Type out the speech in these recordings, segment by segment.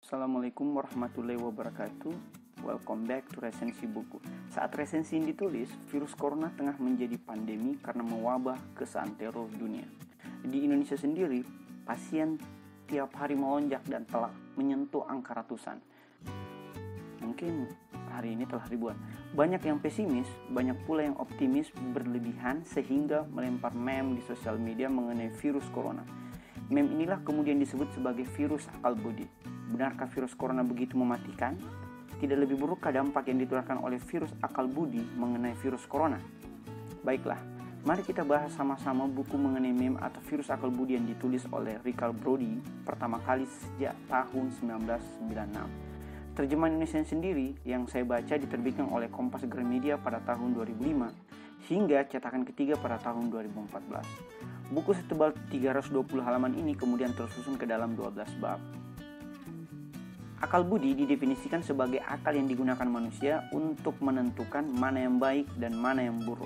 Assalamualaikum warahmatullahi wabarakatuh. Welcome back to resensi buku. Saat resensi ini ditulis, virus corona tengah menjadi pandemi karena mewabah ke seantero dunia. Di Indonesia sendiri, pasien tiap hari melonjak dan telah menyentuh angka ratusan. Mungkin hari ini telah ribuan. Banyak yang pesimis, banyak pula yang optimis berlebihan sehingga melempar meme di sosial media mengenai virus corona. Meme inilah kemudian disebut sebagai virus akal budi. Benarkah virus corona begitu mematikan? Tidak lebih burukkah dampak yang ditularkan oleh virus akal budi mengenai virus corona? Baiklah, mari kita bahas sama-sama buku mengenai meme atau virus akal budi yang ditulis oleh Ricardo Brody pertama kali sejak tahun 1996. Terjemahan Indonesia sendiri yang saya baca diterbitkan oleh Kompas Gramedia pada tahun 2005 hingga cetakan ketiga pada tahun 2014. Buku setebal 320 halaman ini kemudian tersusun ke dalam 12 bab. Akal budi didefinisikan sebagai akal yang digunakan manusia untuk menentukan mana yang baik dan mana yang buruk,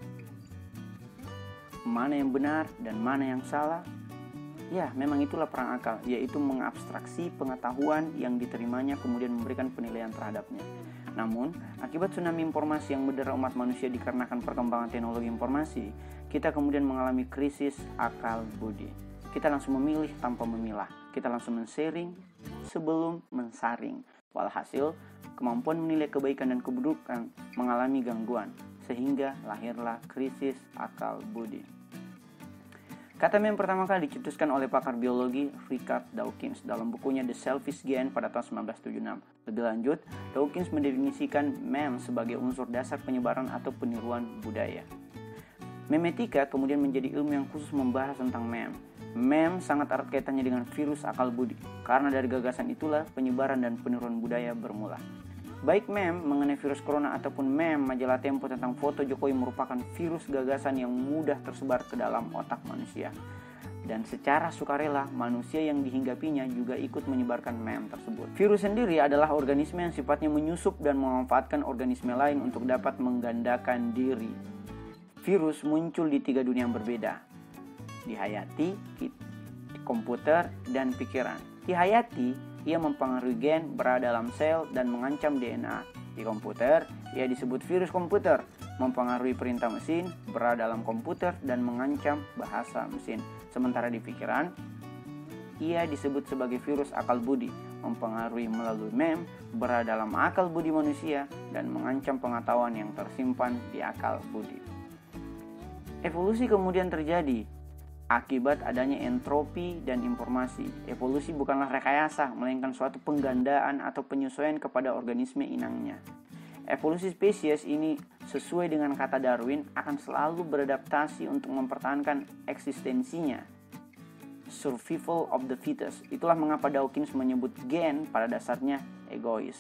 mana yang benar dan mana yang salah. Ya, memang itulah peran akal, yaitu mengabstraksi pengetahuan yang diterimanya kemudian memberikan penilaian terhadapnya. Namun, akibat tsunami informasi yang mendera umat manusia dikarenakan perkembangan teknologi informasi, kita kemudian mengalami krisis akal budi. Kita langsung memilih tanpa memilah. Kita langsung men-sharing sebelum mensaring. Walhasil, kemampuan menilai kebaikan dan keburukan mengalami gangguan, sehingga lahirlah krisis akal budi. Kata meme pertama kali dicetuskan oleh pakar biologi Richard Dawkins dalam bukunya The Selfish Gene pada tahun 1976. Lebih lanjut, Dawkins mendefinisikan meme sebagai unsur dasar penyebaran atau peniruan budaya. Memetika kemudian menjadi ilmu yang khusus membahas tentang meme. Meme sangat erat kaitannya dengan virus akal budi, karena dari gagasan itulah penyebaran dan peniruan budaya bermula. Baik meme mengenai virus corona ataupun meme majalah Tempo tentang foto Jokowi merupakan virus gagasan yang mudah tersebar ke dalam otak manusia. Dan secara sukarela, manusia yang dihinggapinya juga ikut menyebarkan meme tersebut. Virus sendiri adalah organisme yang sifatnya menyusup dan memanfaatkan organisme lain untuk dapat menggandakan diri. Virus muncul di 3 dunia yang berbeda. Di hayati, di komputer, dan pikiran. Di hayati, ia mempengaruhi gen berada dalam sel dan mengancam DNA. Di komputer, ia disebut virus komputer, mempengaruhi perintah mesin, berada dalam komputer dan mengancam bahasa mesin. Sementara di pikiran, ia disebut sebagai virus akal budi, mempengaruhi melalui meme, berada dalam akal budi manusia dan mengancam pengetahuan yang tersimpan di akal budi. Evolusi kemudian terjadi akibat adanya entropi dan informasi. Evolusi bukanlah rekayasa, melainkan suatu penggandaan atau penyesuaian kepada organisme inangnya. Evolusi spesies ini sesuai dengan kata Darwin akan selalu beradaptasi untuk mempertahankan eksistensinya. Survival of the fittest. Itulah mengapa Dawkins menyebut gen pada dasarnya egois.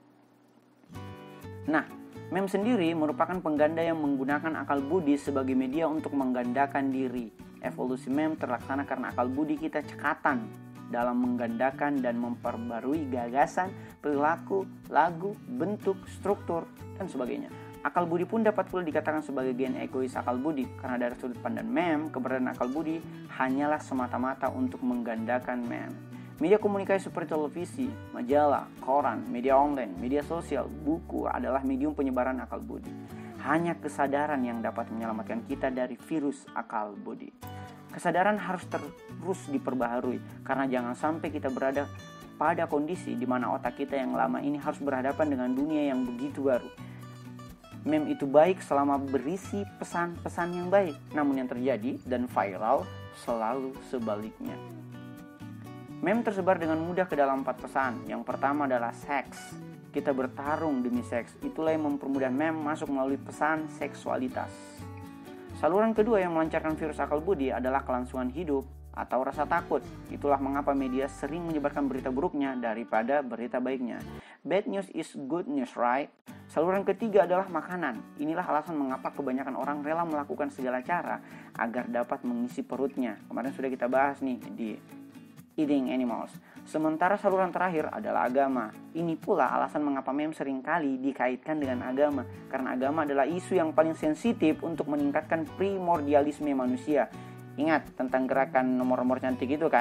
Nah, meme sendiri merupakan pengganda yang menggunakan akal budi sebagai media untuk menggandakan diri. Evolusi meme terlaksana karena akal budi kita cekatan dalam menggandakan dan memperbarui gagasan, perilaku, lagu, bentuk, struktur, dan sebagainya. Akal budi pun dapat pula dikatakan sebagai gen egois akal budi, karena dari sudut pandang meme, keberadaan akal budi hanyalah semata-mata untuk menggandakan meme. Media komunikasi seperti televisi, majalah, koran, media online, media sosial, buku adalah medium penyebaran akal budi. Hanya kesadaran yang dapat menyelamatkan kita dari virus akal budi. Kesadaran harus terus diperbaharui, karena jangan sampai kita berada pada kondisi di mana otak kita yang lama ini harus berhadapan dengan dunia yang begitu baru. Meme itu baik selama berisi pesan-pesan yang baik, namun yang terjadi dan viral selalu sebaliknya. Meme tersebar dengan mudah ke dalam 4 pesan. Yang pertama adalah seks. Kita bertarung demi seks. Itulah yang mempermudah meme masuk melalui pesan seksualitas. Saluran kedua yang melancarkan virus akal budi adalah kelangsungan hidup atau rasa takut. Itulah mengapa media sering menyebarkan berita buruknya daripada berita baiknya. Bad news is good news, right? Saluran ketiga adalah makanan. Inilah alasan mengapa kebanyakan orang rela melakukan segala cara agar dapat mengisi perutnya. Kemarin sudah kita bahas nih di Eating Animals. Sementara saluran terakhir adalah agama. Ini pula alasan mengapa meme seringkali dikaitkan dengan agama, karena agama adalah isu yang paling sensitif untuk meningkatkan primordialisme manusia. Ingat tentang gerakan nomor-nomor cantik itu kan?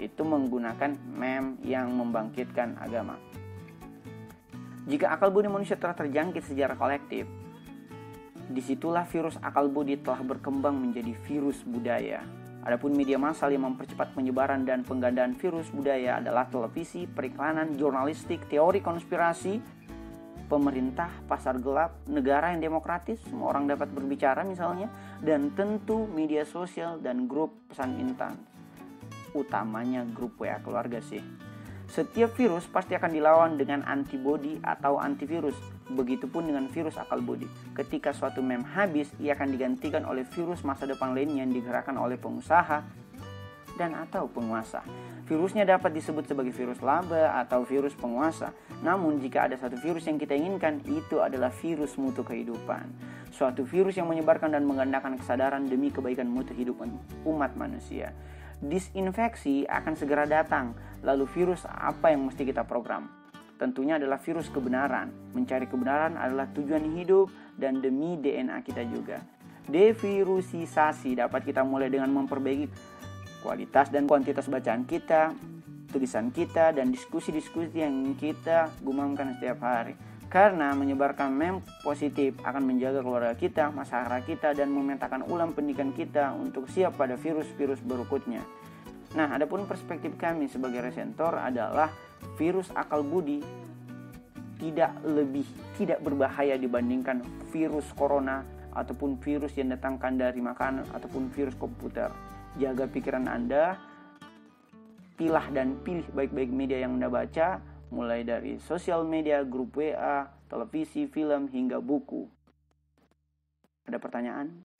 itu menggunakan meme yang membangkitkan agama. Jika akal budi manusia telah terjangkit secara kolektif, disitulah virus akal budi telah berkembang menjadi virus budaya. Adapun media massal yang mempercepat penyebaran dan penggandaan virus budaya adalah televisi, periklanan, jurnalistik, teori konspirasi, pemerintah, pasar gelap, negara yang demokratis, semua orang dapat berbicara misalnya, dan tentu media sosial dan grup pesan instan. Utamanya grup WA keluarga sih. Setiap virus pasti akan dilawan dengan antibodi atau antivirus. Begitupun dengan virus akal budi. Ketika suatu meme habis, ia akan digantikan oleh virus masa depan lainnya yang digerakkan oleh pengusaha dan atau penguasa. Virusnya dapat disebut sebagai virus laba atau virus penguasa. Namun jika ada satu virus yang kita inginkan, itu adalah virus mutu kehidupan. Suatu virus yang menyebarkan dan menggandakan kesadaran demi kebaikan mutu hidup umat manusia. Disinfeksi akan segera datang. Lalu virus apa yang mesti kita program? Tentunya adalah virus kebenaran. Mencari kebenaran adalah tujuan hidup dan demi DNA kita juga. Devirusisasi dapat kita mulai dengan memperbaiki kualitas dan kuantitas bacaan kita, tulisan kita, dan diskusi-diskusi yang kita gumamkan setiap hari. Karena menyebarkan meme positif akan menjaga keluarga kita, masyarakat kita, dan memetakan ulang pendidikan kita untuk siap pada virus-virus berikutnya. Nah, adapun perspektif kami sebagai resentor adalah virus akal budi tidak berbahaya dibandingkan virus corona ataupun virus yang datangkan dari makanan ataupun virus komputer. Jaga pikiran Anda, pilah dan pilih baik-baik media yang Anda baca, mulai dari sosial media, grup WA, televisi, film, hingga buku. Ada pertanyaan?